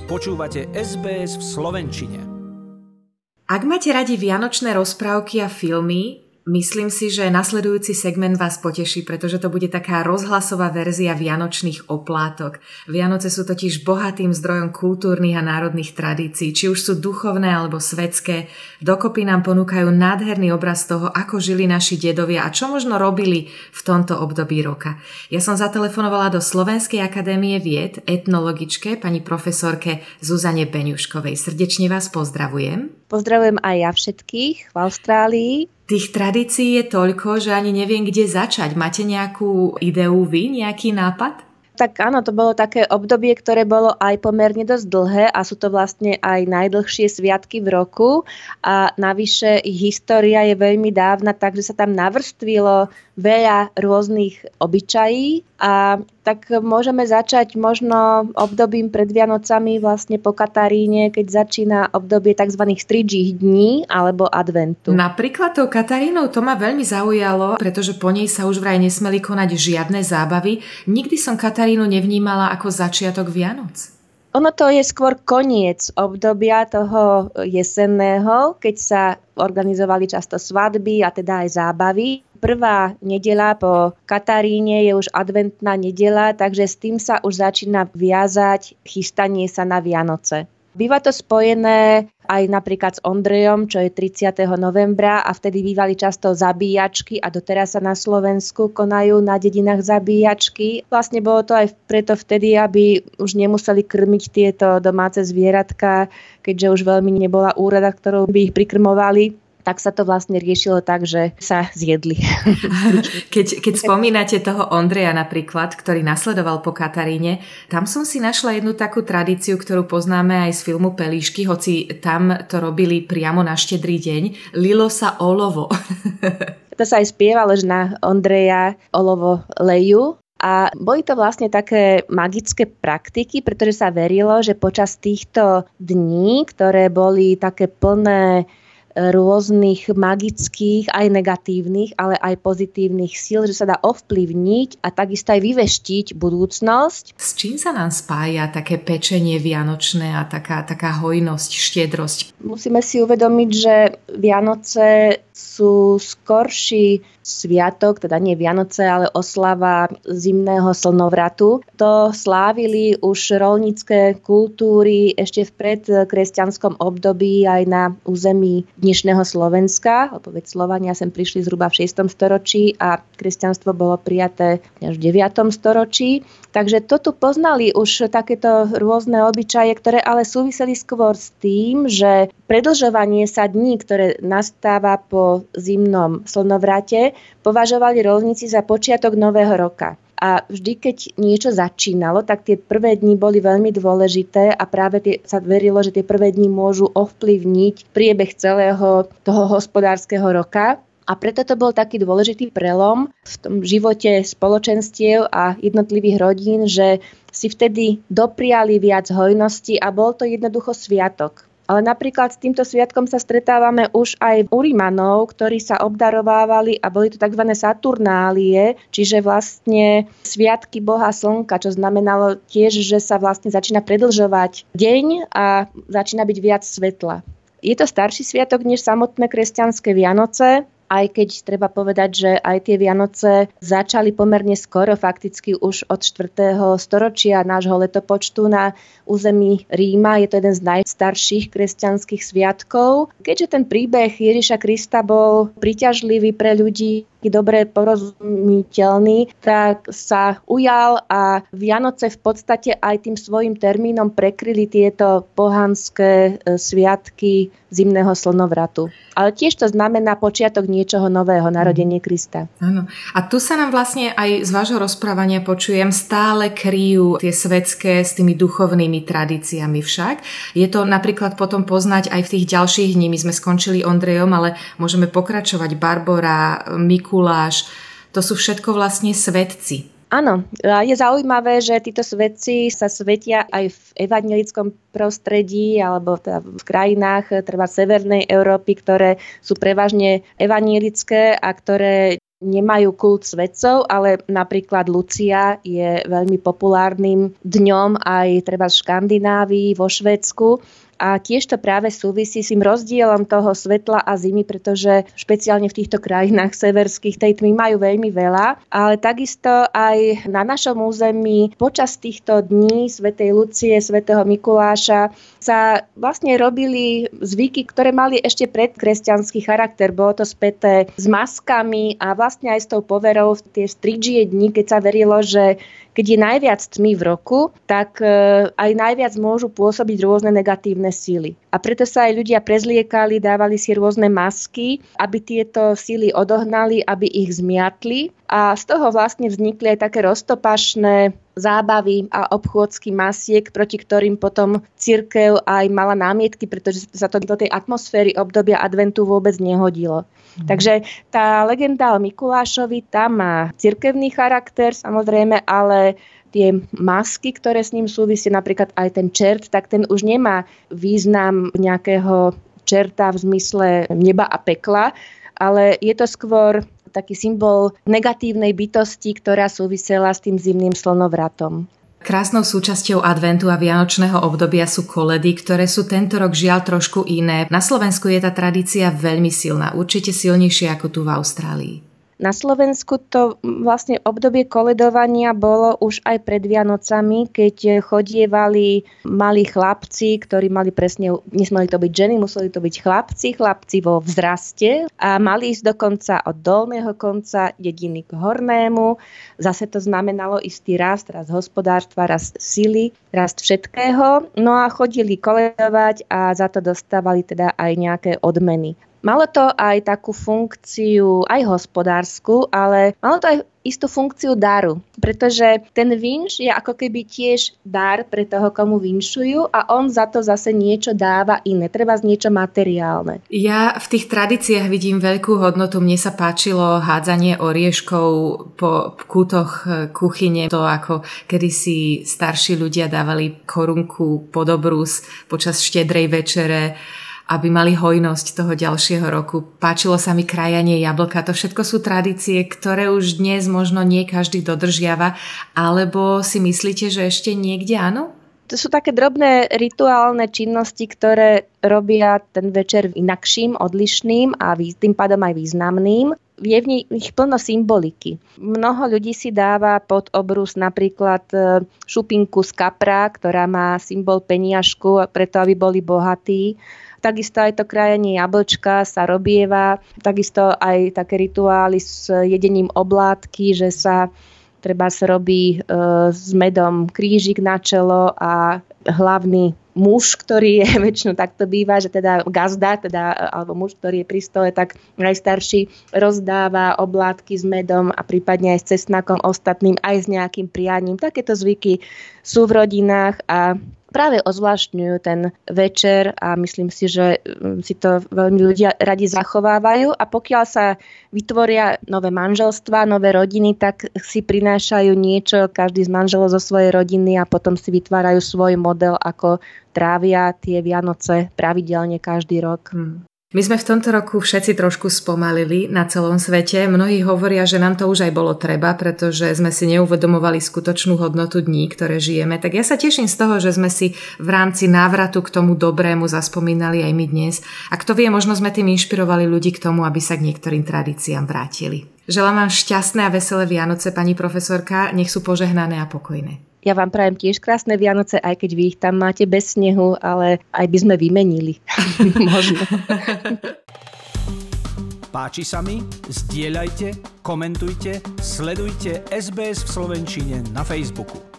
Počúvate SBS v slovenčine. Ak máte radi vianočné rozprávky a filmy, myslím si, že nasledujúci segment vás poteší, pretože to bude taká rozhlasová verzia vianočných oplátok. Vianoce sú totiž bohatým zdrojom kultúrnych a národných tradícií, či už sú duchovné alebo svetské. Dokopy nám ponúkajú nádherný obraz toho, ako žili naši dedovia a čo možno robili v tomto období roka. Ja som zatelefonovala do Slovenskej akadémie vied etnologičke pani profesorke Zuzane Beňuškovej. Srdečne vás pozdravujem. Pozdravujem aj ja všetkých v Austrálii. Tých tradícií je toľko, že ani neviem, kde začať. Máte nejakú ideu vy, nejaký nápad? Tak áno, to bolo také obdobie, ktoré bolo aj pomerne dosť dlhé a sú to vlastne aj najdlhšie sviatky v roku a navyše ich história je veľmi dávna, takže sa tam navrstvilo veľa rôznych obyčají a tak môžeme začať možno obdobím pred Vianocami vlastne po Kataríne, keď začína obdobie tzv. Stridžích dní alebo adventu. Napríklad tou Katarínou to ma veľmi zaujalo, pretože po nej sa už vraj nesmeli konať žiadne zábavy. Nikdy som Katarínu nevnímala ako začiatok Vianoc. Ono to je skôr koniec obdobia toho jesenného, keď sa organizovali často svadby a teda aj zábavy. Prvá nedeľa po Kataríne je už adventná nedeľa, takže s tým sa už začína viazať chystanie sa na Vianoce. Býva to spojené aj napríklad s Ondrejom, čo je 30. novembra a vtedy bývali často zabíjačky a doteraz sa na Slovensku konajú na dedinách zabíjačky. Vlastne bolo to aj preto vtedy, aby už nemuseli krmiť tieto domáce zvieratka, keďže už veľmi nebola úrada, ktorou by ich prikrmovali. Tak sa to vlastne riešilo tak, že sa zjedli. Keď spomínate toho Ondreja napríklad, ktorý nasledoval po Kataríne, tam som si našla jednu takú tradíciu, ktorú poznáme aj z filmu Pelíšky, hoci tam to robili priamo na Štedrý deň. Lilo sa olovo. To sa aj spievalo, že na Ondreja olovo lejú. A boli to vlastne také magické praktiky, pretože sa verilo, že počas týchto dní, ktoré boli také plné rôznych magických, aj negatívnych, ale aj pozitívnych síl, že sa dá ovplyvniť a takisto aj vyveštiť budúcnosť. S čím sa nám spája také pečenie vianočné a taká hojnosť, štiedrosť? Musíme si uvedomiť, že Vianoce sú skorší sviatok, teda nie Vianoce, ale oslava zimného slnovratu. To slávili už roľnícke kultúry ešte v predkresťanskom období aj na území dnešného Slovenska. Veď Slovania sem prišli zhruba v 6. storočí a kresťanstvo bolo prijaté až v 9. storočí. Takže to tu poznali už takéto rôzne obyčaje, ktoré ale súviseli skôr s tým, že predlžovanie sa dní, ktoré nastáva po zimnom slnovrate, považovali roľníci za počiatok nového roka. A vždy, keď niečo začínalo, tak tie prvé dni boli veľmi dôležité a práve sa verilo, že tie prvé dni môžu ovplyvniť priebeh celého toho hospodárskeho roka. A preto to bol taký dôležitý prelom v tom živote spoločenstiev a jednotlivých rodín, že si vtedy dopriali viac hojnosti a bol to jednoducho sviatok. Ale napríklad s týmto sviatkom sa stretávame už aj u Rimanov, ktorí sa obdarovávali a boli to tzv. Saturnálie, čiže vlastne sviatky Boha Slnka, čo znamenalo tiež, že sa vlastne začína predlžovať deň a začína byť viac svetla. Je to starší sviatok než samotné kresťanské Vianoce, aj keď treba povedať, že aj tie Vianoce začali pomerne skoro, fakticky už od 4. storočia nášho letopočtu na území Ríma. Je to jeden z najstarších kresťanských sviatkov. Keďže ten príbeh Ježiša Krista bol príťažlivý pre ľudí, dobre porozumiteľný, tak sa ujal a Vianoce v podstate aj tým svojim termínom prekryli tieto pohanské sviatky zimného slnovratu. Ale tiež to znamená počiatok niečoho nového, narodenie Krista. Áno. A tu sa nám vlastne aj z vášho rozprávania počujem, stále kryjú tie svetské s tými duchovnými tradíciami však. Je to napríklad potom poznať aj v tých ďalších dní. My sme skončili Ondrejom, ale môžeme pokračovať Barbora, Mikuláš. To sú všetko vlastne svetci. Áno, je zaujímavé, že títo svetci sa svetia aj v evanjelickom prostredí alebo teda v krajinách treba Severnej Európy, ktoré sú prevažne evanjelické a ktoré nemajú kult svetcov, ale napríklad Lucia je veľmi populárnym dňom aj treba v Škandinávii, vo Švédsku. A tiež to práve súvisí s tým rozdielom toho svetla a zimy, pretože špeciálne v týchto krajinách severských tej tmy majú veľmi veľa, ale takisto aj na našom území počas týchto dní svätej Lucie, svätého Mikuláša sa vlastne robili zvyky, ktoré mali ešte predkresťanský charakter. Bolo to späté s maskami a vlastne aj s tou poverou v tie stridžie dni, keď sa verilo, že keď je najviac tmy v roku, tak aj najviac môžu pôsobiť rôzne negatívne síly. A preto sa aj ľudia prezliekali, dávali si rôzne masky, aby tieto síly odohnali, aby ich zmiatli. A z toho vlastne vznikli aj také roztopašné zábavy a obchôdzky masiek, proti ktorým potom cirkev aj mala námietky, pretože sa to do tej atmosféry obdobia adventu vôbec nehodilo. Takže tá legenda o Mikulášovi, tam má cirkevný charakter samozrejme, ale tie masky, ktoré s ním súvisia, napríklad aj ten čert, tak ten už nemá význam nejakého čerta v zmysle neba a pekla, ale je to skôr taký symbol negatívnej bytosti, ktorá súvisela s tým zimným slnovratom. Krásnou súčasťou adventu a vianočného obdobia sú koledy, ktoré sú tento rok žiaľ trošku iné. Na Slovensku je tá tradícia veľmi silná, určite silnejšia ako tu v Austrálii. Na Slovensku to vlastne obdobie koledovania bolo už aj pred Vianocami, keď chodievali malí chlapci, ktorí mali presne, nesmeli to byť ženy, museli to byť chlapci vo vzraste a mali ísť dokonca od dolného konca dediny k hornému. Zase to znamenalo istý rast hospodárstva, rast sily, rast všetkého. No a chodili koledovať a za to dostávali teda aj nejaké odmeny. Malo to aj takú funkciu, aj hospodársku, ale malo to aj istú funkciu daru, pretože ten vinš je ako keby tiež dar pre toho, komu vinšujú a on za to zase niečo dáva iné, treba z niečo materiálne. Ja v tých tradíciách vidím veľkú hodnotu. Mne sa páčilo hádzanie orieškov po kútoch kuchyne, to ako kedysi starší ľudia dávali korunku pod obrus počas štedrej večere, aby mali hojnosť toho ďalšieho roku. Páčilo sa mi krajanie jablka. To všetko sú tradície, ktoré už dnes možno nie každý dodržiava. Alebo si myslíte, že ešte niekde áno? To sú také drobné rituálne činnosti, ktoré robia ten večer inakším, odlišným a tým pádom aj významným. Je v nich plno symboliky. Mnoho ľudí si dáva pod obrus napríklad šupinku z kapra, ktorá má symbol peniažku, preto aby boli bohatí. Takisto aj to krajanie jablčka sa robieva, takisto aj také rituály s jedením oblátky, že sa treba sa robí s medom krížik na čelo a hlavný muž, ktorý je väčšinou takto býva, že teda gazda, alebo muž, ktorý je pri stole, tak najstarší rozdáva oblátky s medom a prípadne aj s cesnakom ostatným, aj s nejakým prianím. Takéto zvyky sú v rodinách a práve ozvláštňujú ten večer a myslím si, že si to veľmi ľudia radi zachovávajú a pokiaľ sa vytvoria nové manželstvá, nové rodiny, tak si prinášajú niečo, každý z manželov zo svojej rodiny a potom si vytvárajú svoj model, ako trávia tie Vianoce pravidelne každý rok. My sme v tomto roku všetci trošku spomalili na celom svete. Mnohí hovoria, že nám to už aj bolo treba, pretože sme si neuvedomovali skutočnú hodnotu dní, ktoré žijeme. Tak ja sa teším z toho, že sme si v rámci návratu k tomu dobrému zaspomínali aj my dnes. A kto vie, možno sme tým inšpirovali ľudí k tomu, aby sa k niektorým tradíciám vrátili. Želám vám šťastné a veselé Vianoce, pani profesorka. Nech sú požehnané a pokojné. Ja vám prajem tiež krásne Vianoce, aj keď vy ich tam máte bez snehu, ale aj by sme vymenili. Možno. Páči sa mi? Zdieľajte, komentujte, sledujte SBS v slovenčine na Facebooku.